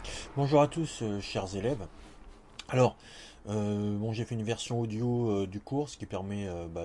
Bonjour à tous, chers élèves. Alors, j'ai fait une version audio du cours, ce qui permet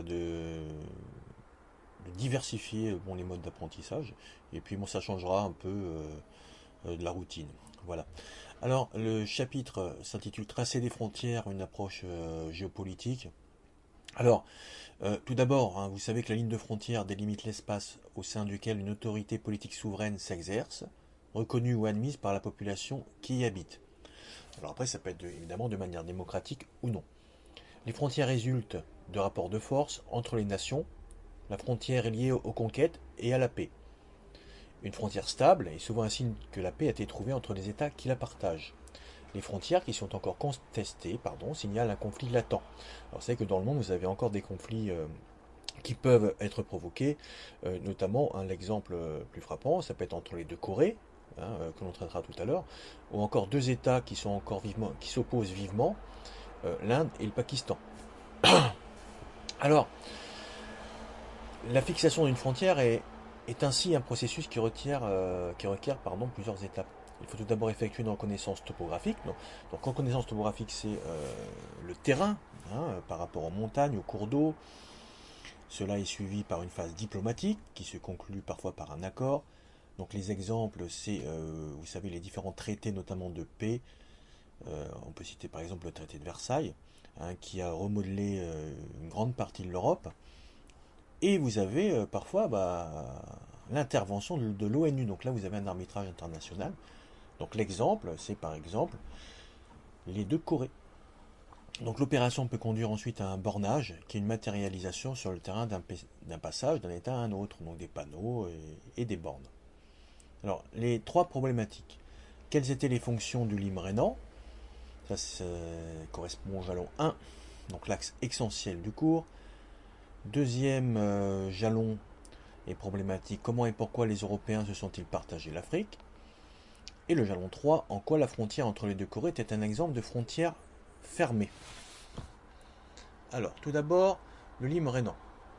de diversifier les modes d'apprentissage. Et puis, ça changera un peu de la routine. Voilà. Alors, le chapitre s'intitule Tracer des frontières, une approche géopolitique. Alors, tout d'abord, hein, vous savez que la ligne de frontière délimite l'espace au sein duquel une autorité politique souveraine s'exerce, reconnue ou admise par la population qui y habite. Alors après, ça peut être évidemment de manière démocratique ou non. Les frontières résultent de rapports de force entre les nations. La frontière est liée aux conquêtes et à la paix. Une frontière stable est souvent un signe que la paix a été trouvée entre les États qui la partagent. Les frontières qui sont encore contestées signalent un conflit latent. Alors c'est vrai que dans le monde, vous avez encore des conflits qui peuvent être provoqués, notamment l'exemple plus frappant, ça peut être entre les deux Corées, que l'on traitera tout à l'heure, ou encore deux États qui sont encore vivement, qui s'opposent vivement, l'Inde et le Pakistan. Alors, la fixation d'une frontière est ainsi un processus qui requiert plusieurs étapes. Il faut tout d'abord effectuer une reconnaissance topographique. Donc reconnaissance topographique, c'est le terrain par rapport aux montagnes, aux cours d'eau. Cela est suivi par une phase diplomatique qui se conclut parfois par un accord. Donc les exemples, c'est, vous savez, les différents traités, notamment de paix. On peut citer par exemple le traité de Versailles, qui a remodelé une grande partie de l'Europe. Et vous avez parfois l'intervention de l'ONU. Donc là, vous avez un arbitrage international. Donc l'exemple, c'est par exemple les deux Corées. Donc l'opération peut conduire ensuite à un bornage, qui est une matérialisation sur le terrain d'un passage d'un état à un autre, donc des panneaux et des bornes. Alors les trois problématiques. Quelles étaient les fonctions du lime rhénan? Ça correspond au jalon 1, donc l'axe essentiel du cours. Deuxième jalon est problématique. Comment et pourquoi les Européens se sont-ils partagés l'Afrique? Et le jalon 3, en quoi la frontière entre les deux Corées était un exemple de frontière fermée. Alors, tout d'abord, le lime rhénan.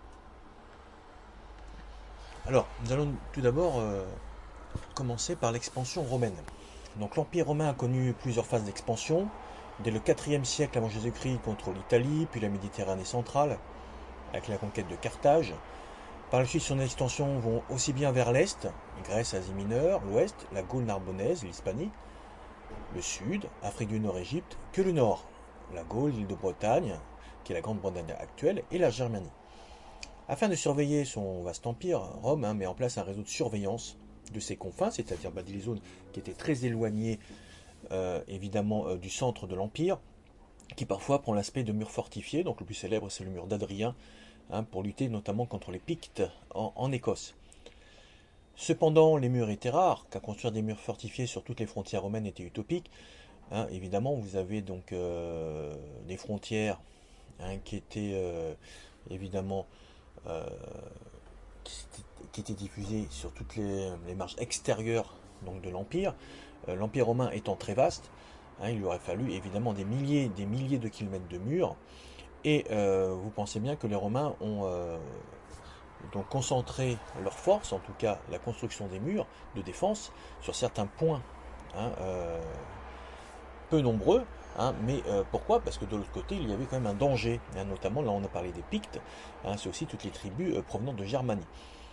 Alors, nous allons tout d'abord commencer par l'expansion romaine. Donc l'Empire romain a connu plusieurs phases d'expansion. Dès le 4e siècle avant Jésus-Christ, il contrôle l'Italie, puis la Méditerranée centrale, avec la conquête de Carthage. Par la suite, son extension vont aussi bien vers l'Est, Grèce, Asie mineure, l'Ouest, la Gaule narbonnaise, l'Hispanie, le Sud, Afrique du Nord, Égypte, que le Nord, la Gaule, l'île de Bretagne, qui est la Grande-Bretagne actuelle, et la Germanie. Afin de surveiller son vaste empire, Rome met en place un réseau de surveillance de ses confins, c'est-à-dire des zones qui étaient très éloignées évidemment du centre de l'empire, qui parfois prend l'aspect de murs fortifiés. Donc le plus célèbre, c'est le mur d'Adrien, pour lutter notamment contre les Pictes en Écosse. Cependant, les murs étaient rares, car construire des murs fortifiés sur toutes les frontières romaines était utopique. Évidemment, vous avez donc des frontières qui étaient évidemment euh, qui étaient diffusées sur toutes les marges extérieures donc, de l'Empire. L'Empire romain étant très vaste, il lui aurait fallu évidemment des milliers de kilomètres de murs. Et vous pensez bien que les Romains ont donc concentré leurs forces, en tout cas la construction des murs de défense, sur certains points hein, peu nombreux. Mais pourquoi? Parce que de l'autre côté, il y avait quand même un danger. Notamment, là on a parlé des Pictes, c'est aussi toutes les tribus provenant de Germanie.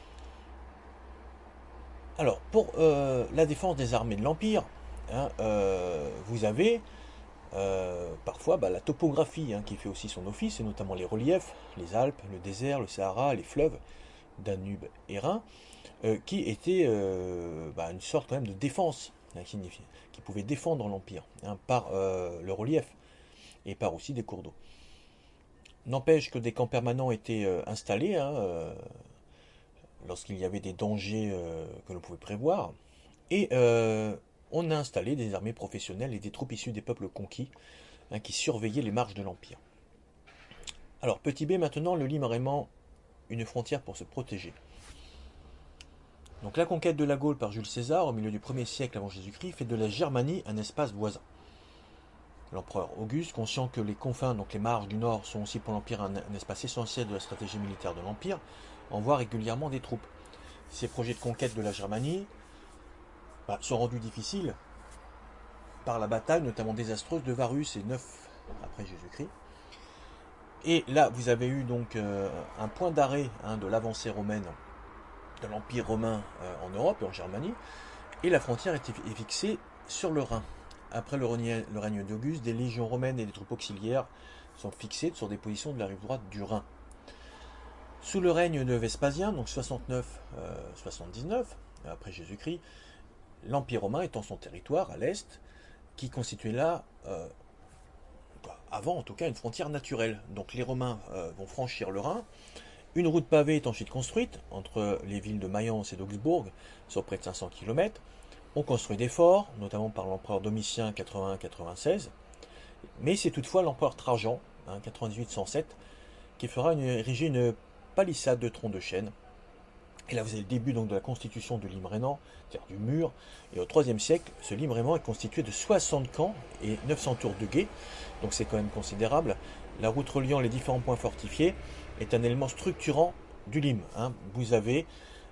Alors, pour la défense des armées de l'Empire, vous avez parfois la topographie qui fait aussi son office, et notamment les reliefs, les Alpes, le désert, le Sahara, les fleuves, Danube et Rhin, qui étaient une sorte quand même de défense, qui pouvait défendre l'Empire par le relief et par aussi des cours d'eau. N'empêche que des camps permanents étaient installés lorsqu'il y avait des dangers que l'on pouvait prévoir, et on a installé des armées professionnelles et des troupes issues des peuples conquis qui surveillaient les marges de l'Empire. Alors, petit b maintenant, le lime rhénan, une frontière pour se protéger. Donc la conquête de la Gaule par Jules César au milieu du 1er siècle avant Jésus-Christ fait de la Germanie un espace voisin. L'empereur Auguste, conscient que les confins, donc les marges du nord, sont aussi pour l'Empire un espace essentiel de la stratégie militaire de l'Empire, envoie régulièrement des troupes. Ces projets de conquête de la Germanie sont rendus difficiles par la bataille, notamment désastreuse, de Varus et 9 après Jésus-Christ. Et là, vous avez eu donc un point d'arrêt de l'avancée romaine, de l'Empire romain en Europe et en Germanie, et la frontière est fixée sur le Rhin. Après le règne d'Auguste, des légions romaines et des troupes auxiliaires sont fixées sur des positions de la rive droite du Rhin. Sous le règne de Vespasien, donc 69-79 après Jésus-Christ, l'Empire romain étend son territoire à l'est, qui constituait là, avant en tout cas, une frontière naturelle. Donc les Romains vont franchir le Rhin. Une route pavée est ensuite construite entre les villes de Mayence et d'Augsbourg, sur près de 500 km. On construit des forts, notamment par l'empereur Domitien 81-96. Mais c'est toutefois l'empereur Trajan, 98-107, qui fera ériger une palissade de troncs de chêne. Et là, vous avez le début donc de la constitution du Limrénan, c'est-à-dire du mur. Et au IIIe siècle, ce Limrénan est constitué de 60 camps et 900 tours de guet. Donc c'est quand même considérable. La route reliant les différents points fortifiés est un élément structurant du Lim. Vous avez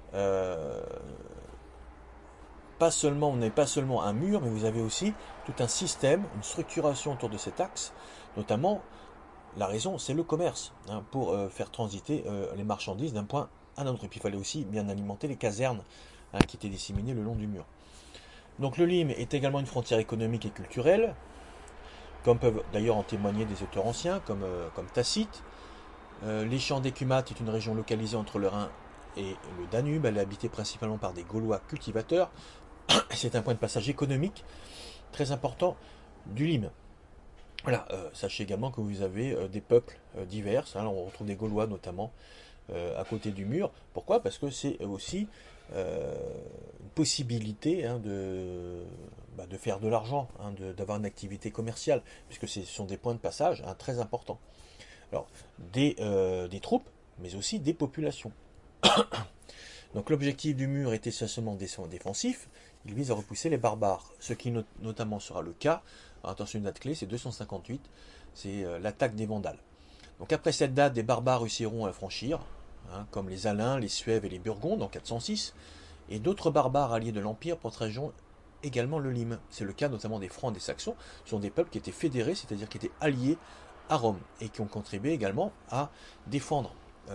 on n'est pas seulement un mur, mais vous avez aussi tout un système, une structuration autour de cet axe. Notamment, la raison, c'est le commerce, pour faire transiter les marchandises d'un point à un autre. Et puis il fallait aussi bien alimenter les casernes qui étaient disséminées le long du mur. Donc le Lim est également une frontière économique et culturelle, comme peuvent d'ailleurs en témoigner des auteurs anciens, comme Tacite. Les champs d'Écumate est une région localisée entre le Rhin et le Danube. Elle est habitée principalement par des Gaulois cultivateurs. C'est un point de passage économique très important du Lim. Voilà, sachez également que vous avez des peuples divers. On retrouve des Gaulois notamment à côté du mur. Pourquoi? Parce que c'est aussi une possibilité de faire de l'argent, d'avoir une activité commerciale, puisque ce sont des points de passage très importants. Alors, des troupes, mais aussi des populations. Donc l'objectif du mur était essentiellement défensif, il vise à repousser les barbares, ce qui notamment sera le cas. Alors, attention, une date clé, c'est 258, c'est l'attaque des Vandales. Donc après cette date, des barbares réussiront à la franchir, comme les Alains, les Suèves et les Burgondes en 406, et d'autres barbares alliés de l'Empire protégeront également le Lim. C'est le cas notamment des Francs et des Saxons, ce sont des peuples qui étaient fédérés, c'est-à-dire qui étaient alliés à Rome, et qui ont contribué également à défendre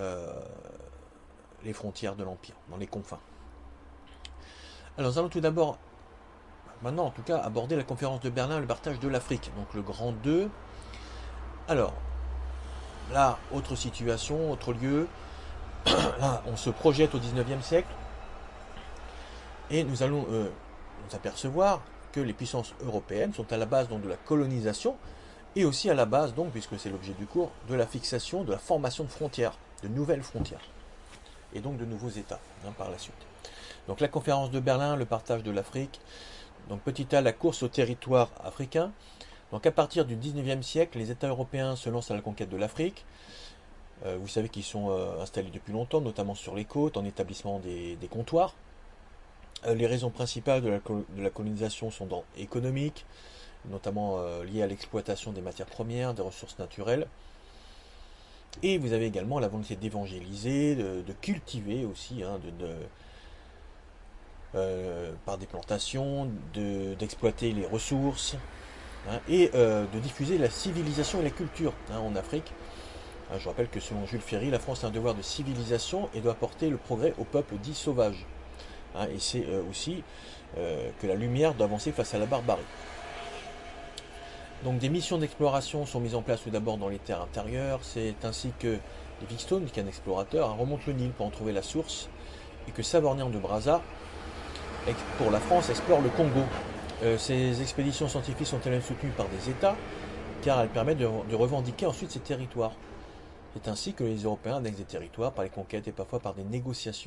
les frontières de l'Empire, dans les confins. Alors nous allons tout d'abord, maintenant en tout cas, aborder la conférence de Berlin, le partage de l'Afrique, donc le grand 2. Alors, là, autre situation, autre lieu, là on se projette au 19e siècle, et nous allons nous apercevoir que les puissances européennes sont à la base donc, de la colonisation, et aussi à la base, donc, puisque c'est l'objet du cours, de la fixation, de la formation de frontières, de nouvelles frontières, et donc de nouveaux États par la suite. Donc la conférence de Berlin, le partage de l'Afrique, donc petit a, la course au territoire africain. Donc à partir du 19e siècle, les États européens se lancent à la conquête de l'Afrique. Vous savez qu'ils sont installés depuis longtemps, notamment sur les côtes, en établissement des comptoirs. Les raisons principales de la colonisation sont économiques, notamment liées à l'exploitation des matières premières, des ressources naturelles. Et vous avez également la volonté d'évangéliser, de cultiver aussi, par des plantations, d'exploiter les ressources, et de diffuser la civilisation et la culture en Afrique. Je rappelle que selon Jules Ferry, la France a un devoir de civilisation et doit apporter le progrès aux peuples dits sauvages. Et c'est aussi que la lumière doit avancer face à la barbarie. Donc des missions d'exploration sont mises en place tout d'abord dans les terres intérieures. C'est ainsi que Livingstone, qui est un explorateur, remonte le Nil pour en trouver la source, et que Savorgnan de Brazza, pour la France, explore le Congo. Ces expéditions scientifiques sont elles-mêmes soutenues par des États, car elles permettent de revendiquer ensuite ces territoires. C'est ainsi que les Européens annexent des territoires par les conquêtes et parfois par des négociations.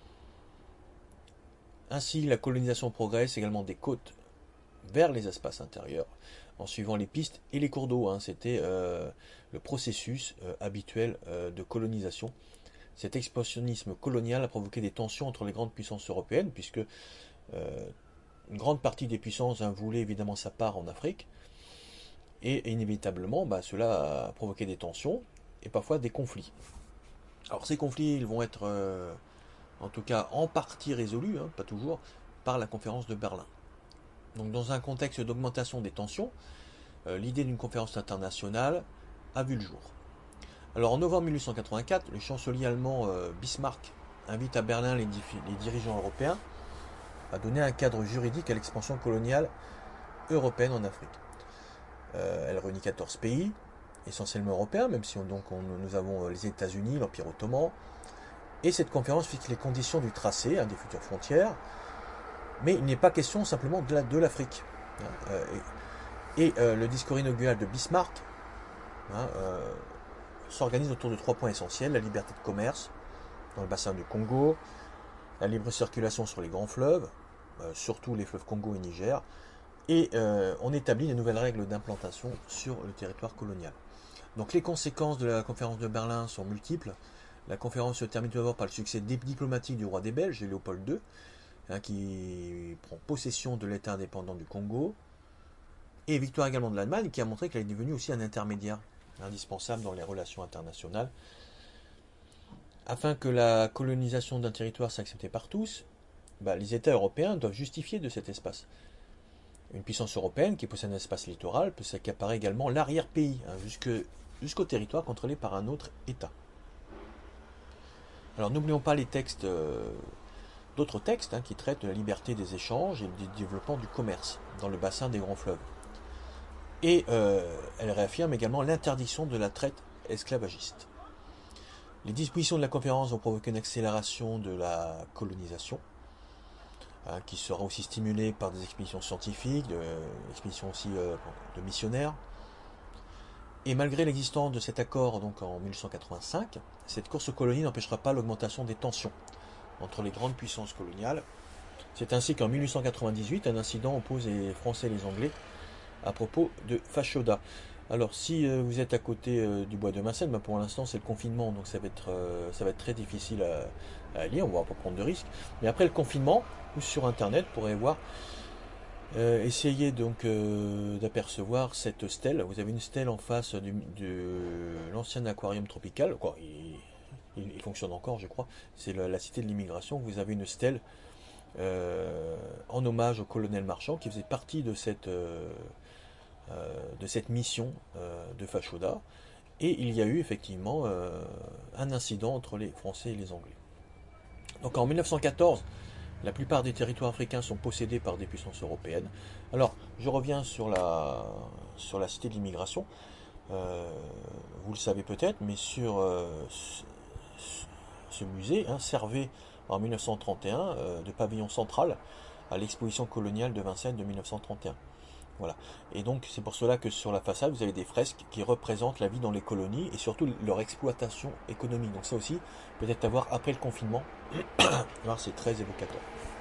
Ainsi, la colonisation progresse également des côtes vers les espaces intérieurs, en suivant les pistes et les cours d'eau. C'était le processus habituel de colonisation. Cet expansionnisme colonial a provoqué des tensions entre les grandes puissances européennes, puisque une grande partie des puissances voulaient évidemment sa part en Afrique, et inévitablement cela a provoqué des tensions et parfois des conflits. Alors ces conflits, ils vont être en tout cas en partie résolus, pas toujours, par la conférence de Berlin. Donc dans un contexte d'augmentation des tensions, l'idée d'une conférence internationale a vu le jour. Alors en novembre 1884, le chancelier allemand Bismarck invite à Berlin les dirigeants européens à donner un cadre juridique à l'expansion coloniale européenne en Afrique. Elle réunit 14 pays, essentiellement européens, même si nous avons les États-Unis, l'Empire ottoman. Et cette conférence fixe les conditions du tracé des futures frontières, mais il n'est pas question simplement de l'Afrique. Le discours inaugural de Bismarck s'organise autour de 3 points essentiels: la liberté de commerce dans le bassin du Congo, la libre circulation sur les grands fleuves, surtout les fleuves Congo et Niger, et on établit de nouvelles règles d'implantation sur le territoire colonial. Donc les conséquences de la conférence de Berlin sont multiples. La conférence se termine tout d'abord par le succès diplomatique du roi des Belges, Léopold II, qui prend possession de l'État indépendant du Congo, et victoire également de l'Allemagne, qui a montré qu'elle est devenue aussi un intermédiaire indispensable dans les relations internationales. Afin que la colonisation d'un territoire soit acceptée par tous, les États européens doivent justifier de cet espace. Une puissance européenne qui possède un espace littoral peut s'accaparer également l'arrière-pays, jusqu'au territoire contrôlé par un autre État. Alors n'oublions pas les textes, d'autres textes qui traitent de la liberté des échanges et du développement du commerce dans le bassin des grands fleuves. Et elle réaffirme également l'interdiction de la traite esclavagiste. Les dispositions de la conférence ont provoqué une accélération de la colonisation, qui sera aussi stimulée par des expéditions scientifiques, des expéditions aussi de missionnaires. Et malgré l'existence de cet accord donc en 1885, cette course aux colonies n'empêchera pas l'augmentation des tensions entre les grandes puissances coloniales. C'est ainsi qu'en 1898, un incident oppose les Français et les Anglais à propos de Fashoda. Alors si vous êtes à côté du bois de Vincennes, pour l'instant c'est le confinement, donc ça va être très difficile à lire, on ne va pas prendre de risques. Mais après le confinement, ou sur internet, vous pourrez voir, essayez donc d'apercevoir cette stèle. Vous avez une stèle en face de l'ancien aquarium tropical, quoi, il fonctionne encore je crois, c'est la cité de l'immigration. Vous avez une stèle en hommage au colonel Marchand qui faisait partie de cette mission de Fashoda, et il y a eu effectivement un incident entre les Français et les Anglais. Donc en 1914, la plupart des territoires africains sont possédés par des puissances européennes. Alors, je reviens sur la cité de l'immigration. Vous le savez peut-être, mais sur ce musée servait en 1931 de pavillon central à l'exposition coloniale de Vincennes de 1931. Voilà. Et donc c'est pour cela que sur la façade vous avez des fresques qui représentent la vie dans les colonies et surtout leur exploitation économique. Donc ça aussi, peut-être à voir après le confinement. Alors c'est très évocateur.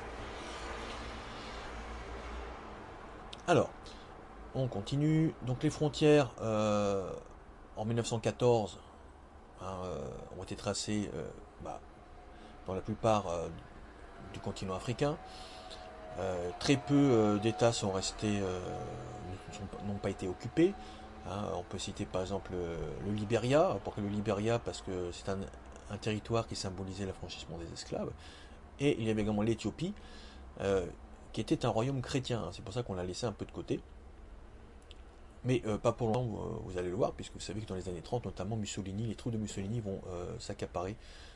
Alors, on continue. Donc les frontières en 1914 ont été tracées dans la plupart du continent africain. Très peu d'États sont restés, n'ont pas été occupés. On peut citer par exemple le Libéria. Pourquoi le Libéria? Parce que c'est un territoire qui symbolisait l'affranchissement des esclaves. Et il y avait également l'Éthiopie, qui était un royaume chrétien. C'est pour ça qu'on l'a laissé un peu de côté. Mais pas pour longtemps, vous allez le voir, puisque vous savez que dans les années 30, notamment Mussolini, les troupes de Mussolini vont s'accaparer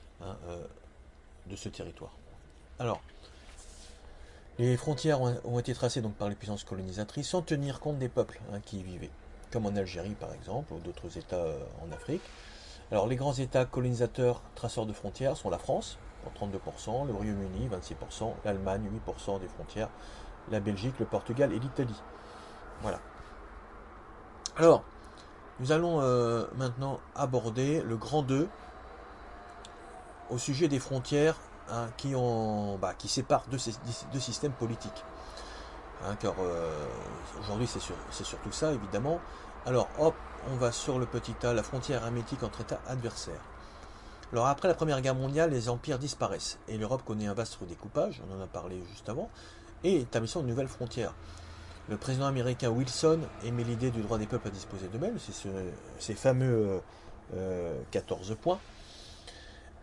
de ce territoire. Alors, les frontières ont été tracées donc par les puissances colonisatrices sans tenir compte des peuples qui y vivaient, comme en Algérie par exemple, ou d'autres États en Afrique. Alors les grands États colonisateurs traceurs de frontières sont la France, pour 32%, le Royaume-Uni, 26%, l'Allemagne, 8% des frontières, la Belgique, le Portugal et l'Italie. Voilà. Alors, nous allons maintenant aborder le grand 2 au sujet des frontières qui séparent deux systèmes politiques. Car aujourd'hui c'est surtout ça évidemment. Alors hop, on va sur le petit A, la frontière hermétique entre États adversaires. Alors après la Première Guerre mondiale, les empires disparaissent et l'Europe connaît un vaste redécoupage, on en a parlé juste avant, et établissant une nouvelle frontière. Le président américain Wilson émet l'idée du droit des peuples à disposer d'eux-mêmes, c'est ces fameux 14 points.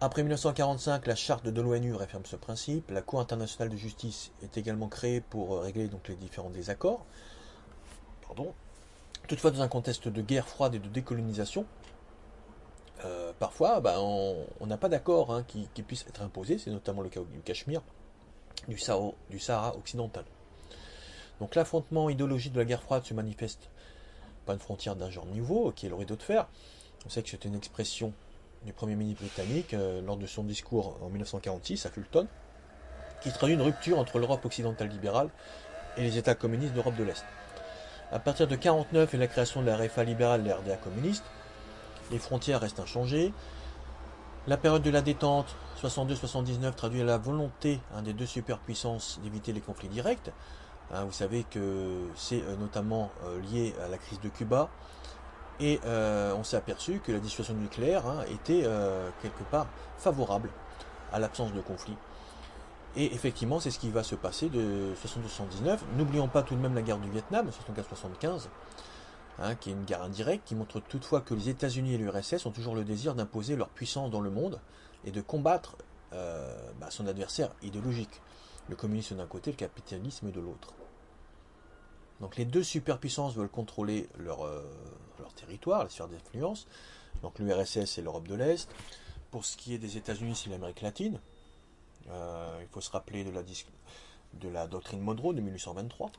Après 1945, la charte de l'ONU réaffirme ce principe. La Cour internationale de justice est également créée pour régler donc les différents désaccords. Pardon. Toutefois, dans un contexte de guerre froide et de décolonisation, parfois, on n'a pas d'accord qui puisse être imposé. C'est notamment le cas du Cachemire, du Sahara occidental. Donc l'affrontement idéologique de la guerre froide se manifeste par une frontière d'un genre nouveau, qui est le rideau de fer. On sait que c'était une expression du Premier ministre britannique lors de son discours en 1946 à Fulton, qui traduit une rupture entre l'Europe occidentale libérale et les États communistes d'Europe de l'Est. À partir de 1949 et la création de la RFA libérale et de la RDA communiste, les frontières restent inchangées. La période de la détente, 62-79, traduit la volonté des deux superpuissances d'éviter les conflits directs. Vous savez que c'est notamment lié à la crise de Cuba. Et on s'est aperçu que la dissuasion nucléaire était quelque part favorable à l'absence de conflit. Et effectivement, c'est ce qui va se passer de 62-79. N'oublions pas tout de même la guerre du Vietnam, 74-75, qui est une guerre indirecte, qui montre toutefois que les États-Unis et l'URSS ont toujours le désir d'imposer leur puissance dans le monde et de combattre son adversaire idéologique. Le communisme d'un côté, le capitalisme de l'autre. Donc les deux superpuissances veulent contrôler leur territoire, la sphère d'influence. Donc l'URSS et l'Europe de l'Est. Pour ce qui est des États-Unis, c'est l'Amérique latine. Il faut se rappeler de la doctrine Monroe de 1823.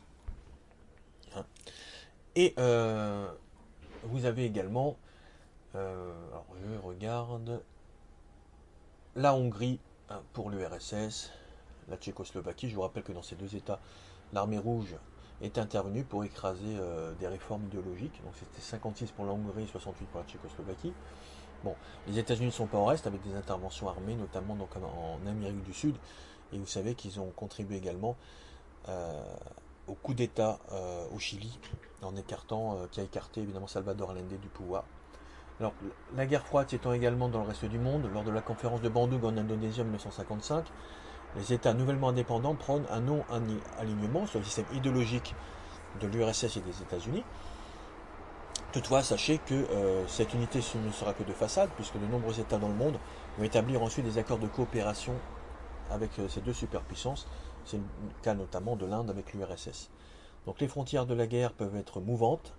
Et vous avez également, alors je regarde, la Hongrie pour l'URSS, la Tchécoslovaquie. Je vous rappelle que dans ces deux États, l'armée rouge est intervenue pour écraser des réformes idéologiques. Donc c'était 56 pour la Hongrie, 68 pour la Tchécoslovaquie. Bon, les États-Unis ne sont pas en reste avec des interventions armées, notamment donc en Amérique du Sud. Et vous savez qu'ils ont contribué également au coup d'État au Chili, en écartant, qui a écarté évidemment Salvador Allende du pouvoir. Alors, la guerre froide s'étend également dans le reste du monde. Lors de la conférence de Bandung en Indonésie en 1955, les États nouvellement indépendants prônent un non-alignement sur le système idéologique de l'URSS et des États-Unis. Toutefois, sachez que cette unité ne sera que de façade, puisque de nombreux États dans le monde vont établir ensuite des accords de coopération avec ces deux superpuissances. C'est le cas notamment de l'Inde avec l'URSS. Donc les frontières de la guerre peuvent être mouvantes.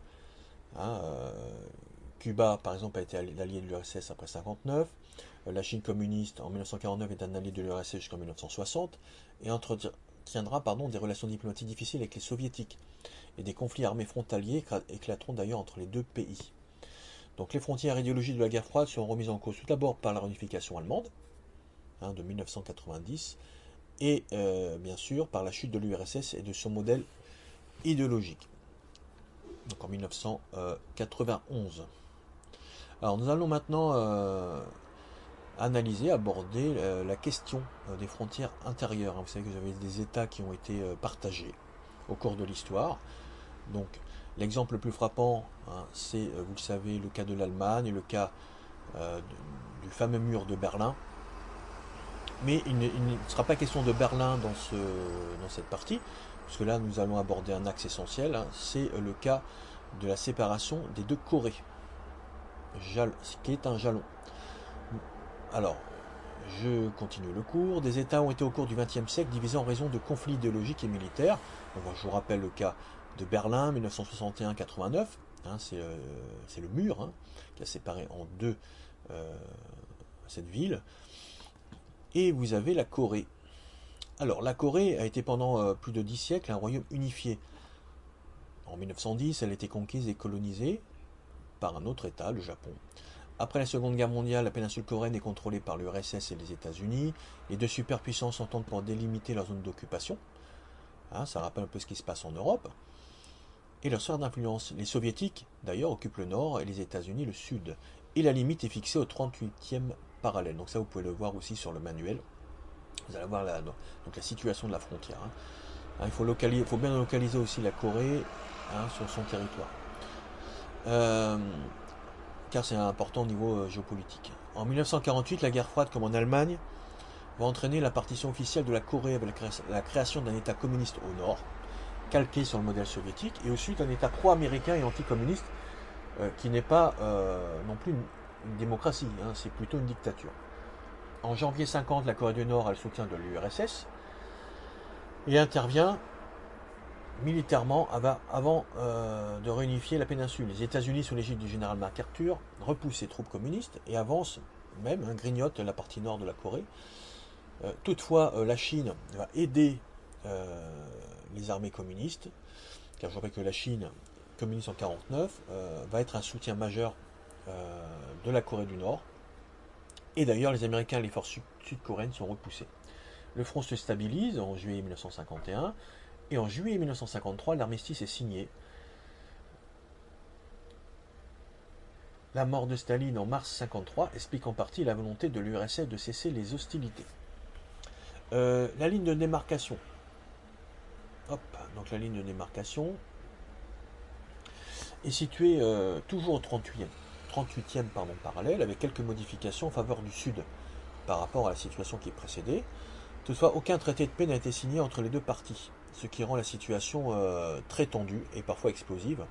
Cuba, par exemple, a été l'allié de l'URSS après 1959. La Chine communiste, en 1949, est un allié de l'URSS jusqu'en 1960 et entretiendra des relations diplomatiques difficiles avec les soviétiques. Et des conflits armés frontaliers éclateront d'ailleurs entre les deux pays. Donc les frontières idéologiques de la guerre froide seront remises en cause tout d'abord par la réunification allemande de 1990 et bien sûr par la chute de l'URSS et de son modèle idéologique. Donc en 1991. Alors nous allons maintenant aborder la question des frontières intérieures. Vous savez que vous avez des États qui ont été partagés au cours de l'histoire. Donc l'exemple le plus frappant, c'est, vous le savez, le cas de l'Allemagne, le cas du fameux mur de Berlin. Mais il ne sera pas question de Berlin dans cette partie, parce que là nous allons aborder un axe essentiel, c'est le cas de la séparation des deux Corées, ce qui est un jalon. Alors, je continue le cours. Des États ont été au cours du XXe siècle divisés en raison de conflits idéologiques et militaires. Donc, je vous rappelle le cas de Berlin, 1961-89, c'est le mur qui a séparé en deux cette ville. Et vous avez la Corée. Alors, la Corée a été pendant plus de 10 siècles un royaume unifié. En 1910, elle a été conquise et colonisée par un autre État, le Japon. Après la Seconde Guerre mondiale, la péninsule coréenne est contrôlée par l'URSS et les États-Unis. Les deux superpuissances s'entendent pour délimiter leur zone d'occupation. Ça rappelle un peu ce qui se passe en Europe. Et leur sphère d'influence. Les Soviétiques, d'ailleurs, occupent le nord et les États-Unis le sud. Et la limite est fixée au 38e parallèle. Donc ça, vous pouvez le voir aussi sur le manuel. Vous allez voir la situation de la frontière. Il faut bien localiser aussi la Corée sur son territoire. Car c'est important au niveau géopolitique. En 1948, la guerre froide, comme en Allemagne, va entraîner la partition officielle de la Corée avec la création d'un État communiste au nord, calqué sur le modèle soviétique, et ensuite un État pro-américain et anticommuniste qui n'est pas non plus une démocratie, c'est plutôt une dictature. En janvier 50, la Corée du Nord a le soutien de l'URSS et intervient militairement avant de réunifier la péninsule. Les États-Unis, sous l'égide du général MacArthur, repoussent les troupes communistes et avancent même, grignotent la partie nord de la Corée. Toutefois, la Chine va aider les armées communistes, car je rappelle que la Chine communiste en 1949 va être un soutien majeur de la Corée du Nord. Et d'ailleurs, les Américains et les forces sud-coréennes sont repoussés. Le front se stabilise en juillet 1951, et en juillet 1953, l'armistice est signé. La mort de Staline en mars 1953 explique en partie la volonté de l'URSS de cesser les hostilités. La ligne de démarcation. Hop, donc la ligne de démarcation est située toujours au 38e parallèle, avec quelques modifications en faveur du sud par rapport à la situation qui précédait. Toutefois, aucun traité de paix n'a été signé entre les deux parties, ce qui rend la situation très tendue et parfois explosive.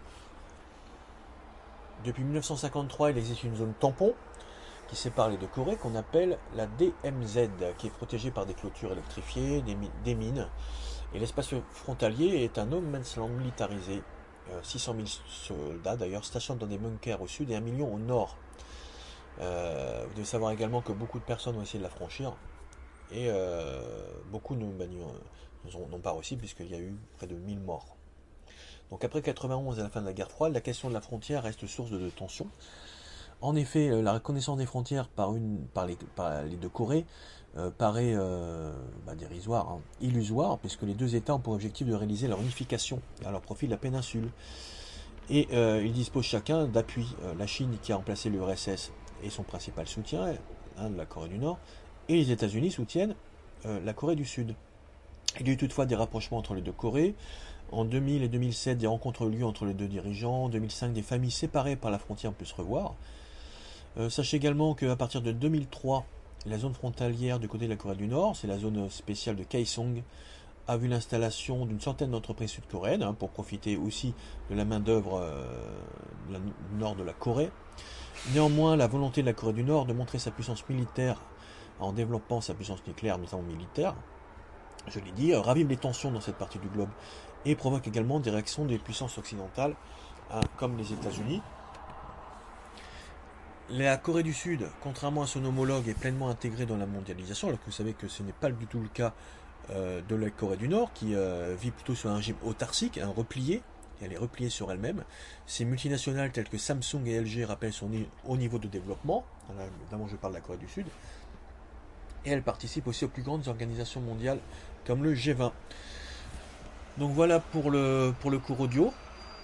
Depuis 1953, il existe une zone tampon qui sépare les deux Corées, qu'on appelle la DMZ, qui est protégée par des clôtures électrifiées, des mines. Et l'espace frontalier est un no man's land militarisé. 600 000 soldats d'ailleurs stationnent dans des bunkers au sud et 1 million au nord. Vous devez savoir également que beaucoup de personnes ont essayé de la franchir. Et beaucoup n'ont pas réussi puisqu'il y a eu près de 1000 morts. Donc après 91 et à la fin de la guerre froide, la question de la frontière reste source de tension. En effet, la reconnaissance des frontières par les deux Corées paraît dérisoire, illusoire, puisque les deux États ont pour objectif de réaliser leur unification à leur profit de la péninsule. Et ils disposent chacun d'appuis. La Chine, qui a remplacé l'URSS, est son principal soutien, de la Corée du Nord, et les États-Unis soutiennent la Corée du Sud. Il y a eu toutefois des rapprochements entre les deux Corées. En 2000 et 2007, des rencontres ont eu lieu entre les deux dirigeants. En 2005, des familles séparées par la frontière ont pu se revoir. Sachez également qu'à partir de 2003, la zone frontalière du côté de la Corée du Nord, c'est la zone spéciale de Kaesong, a vu l'installation d'une centaine d'entreprises sud-coréennes pour profiter aussi de la main-d'œuvre du nord de la Corée. Néanmoins, la volonté de la Corée du Nord de montrer sa puissance militaire en développant sa puissance nucléaire, notamment militaire, je l'ai dit, ravive les tensions dans cette partie du globe et provoque également des réactions des puissances occidentales, comme les États-Unis. La Corée du Sud, contrairement à son homologue, est pleinement intégrée dans la mondialisation, alors que vous savez que ce n'est pas du tout le cas de la Corée du Nord, qui vit plutôt sur un régime autarcique, un replié. Elle est repliée sur elle-même. Ces multinationales telles que Samsung et LG rappellent son haut niveau de développement, évidemment je parle de la Corée du Sud, et elle participe aussi aux plus grandes organisations mondiales comme le G20. Donc voilà pour le cours audio.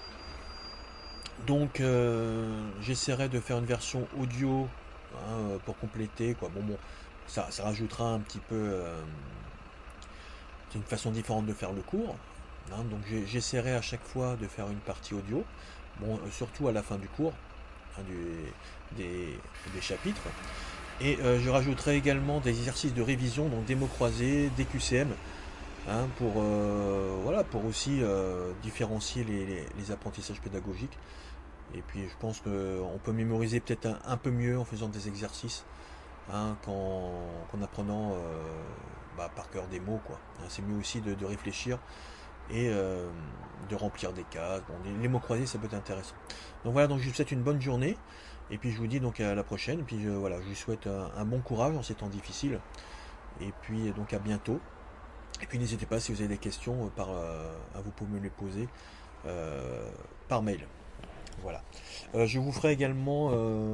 Donc j'essaierai de faire une version audio pour compléter quoi. Bon, ça rajoutera un petit peu. C'est une façon différente de faire le cours. Donc j'essaierai à chaque fois de faire une partie audio. Bon, surtout à la fin du cours, des chapitres. Et je rajouterai également des exercices de révision, donc des mots croisés, des QCM, pour aussi différencier les apprentissages pédagogiques. Et puis je pense qu'on peut mémoriser peut-être un peu mieux en faisant des exercices qu'en apprenant par cœur des mots, quoi. C'est mieux aussi de réfléchir et de remplir des cases. Bon, les mots croisés, ça peut être intéressant. Donc voilà, donc je vous souhaite une bonne journée. Et puis je vous dis donc à la prochaine. Et puis je vous souhaite un bon courage en ces temps difficiles. Et puis donc à bientôt. Et puis n'hésitez pas si vous avez des questions vous pouvez me les poser par mail. Voilà. Je vous ferai également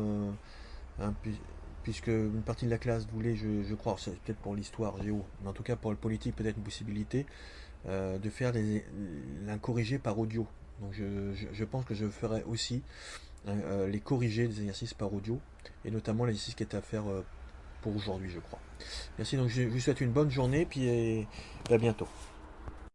puisque une partie de la classe voulait, je crois, c'est peut-être pour l'histoire géo, mais en tout cas pour le politique peut-être une possibilité de faire un corrigé par audio. Donc je pense que je ferai aussi les corrigés des exercices par audio, et notamment l'exercice qui est à faire pour aujourd'hui, je crois. Merci, donc je vous souhaite une bonne journée, puis à bientôt.